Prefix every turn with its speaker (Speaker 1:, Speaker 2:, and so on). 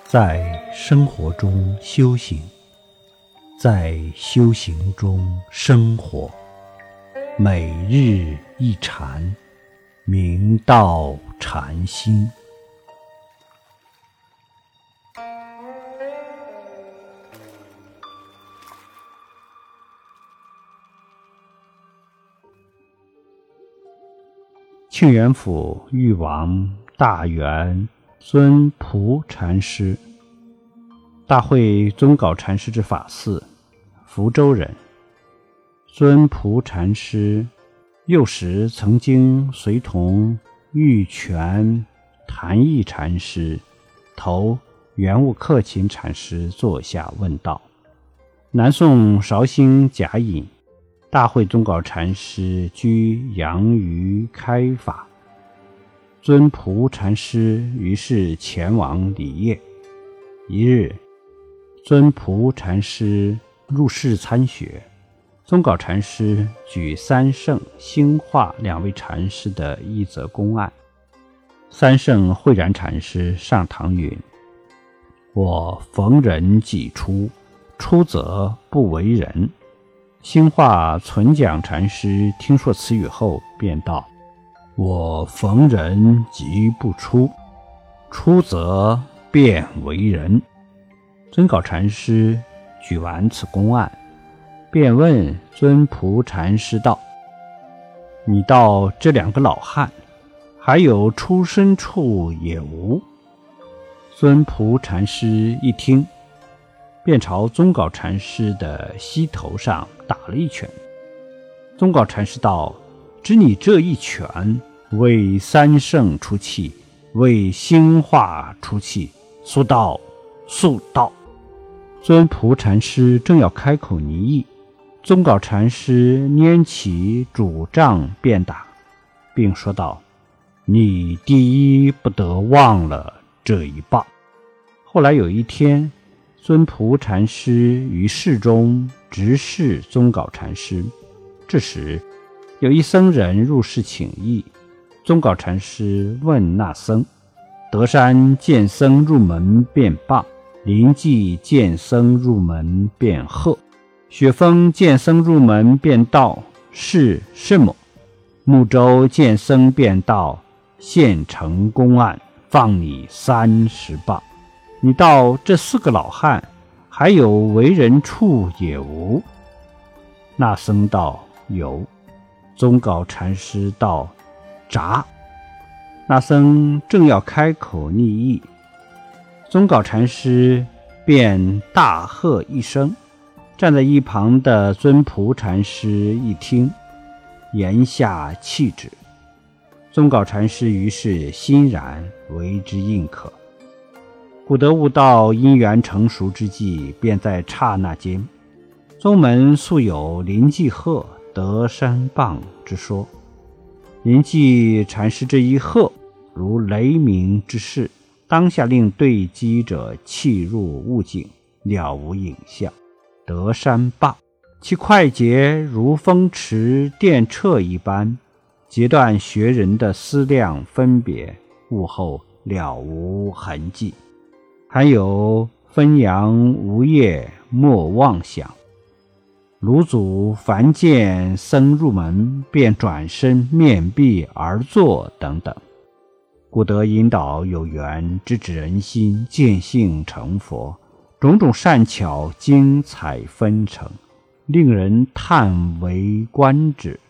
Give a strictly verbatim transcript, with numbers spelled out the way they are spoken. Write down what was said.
Speaker 1: 在生活中修行，在修行中生活，每日一禅，明道禅心。庆元府誉王大元尊仆禅师，大慧宗稿禅师之法嗣，福州人。尊仆禅师幼时曾经随同玉泉谭义禅师投圆悟克勤禅师座下问道。南宋绍兴甲寅，大慧宗稿禅师居阳于开法，尊仆禅师于是前往礼谒。一日，尊仆禅师入室参学，宗稿禅师举三圣兴化两位禅师的一则公案。三圣慧然禅师上堂云：我逢人即出，出则不为人。兴化存讲禅师听说此语后便道：我逢人即不出，出则便为人。尊稿禅师举完此公案，便问尊仆禅师道：你道这两个老汉还有出身处也无？尊仆禅师一听，便朝宗稿禅师的膝头上打了一拳。宗稿禅师道：知你这一拳，为三圣出气，为兴化出气，速道，速道。尊仆禅师正要开口拟议，宗稿禅师拈起拄杖便打，并说道：你第一不得忘了这一棒。后来有一天，尊仆禅师于室中直视宗稿禅师，这时有一僧人入室请益，宗稿禅师问那僧：德山见僧入门便棒，临济见僧入门便鹤，雪峰见僧入门便道，是什么？睦州见僧便道，现成公案，放你三十棒。你道这四个老汉还有为人处也无？那僧道：有。宗稿禅师道：札。那僧正要开口拟议，宗稿禅师便大喝一声。站在一旁的尊仆禅师一听，言下弃之。宗稿禅师于是欣然为之应可。古德悟道因缘成熟之际，便在刹那间。宗门素有临济鹤、德山棒之说，临济禅师这一鹤如雷鸣之势，当下令对击者弃入悟境，了无影像。德山棒其快捷如风驰电掣一般，截断学人的思量分别，悟后了无痕迹。还有分阳无业莫妄想，卢祖凡见僧入门便转身面壁而坐等等。故得引导有缘，直指人心，见性成佛，种种善巧精彩纷呈，令人叹为观止。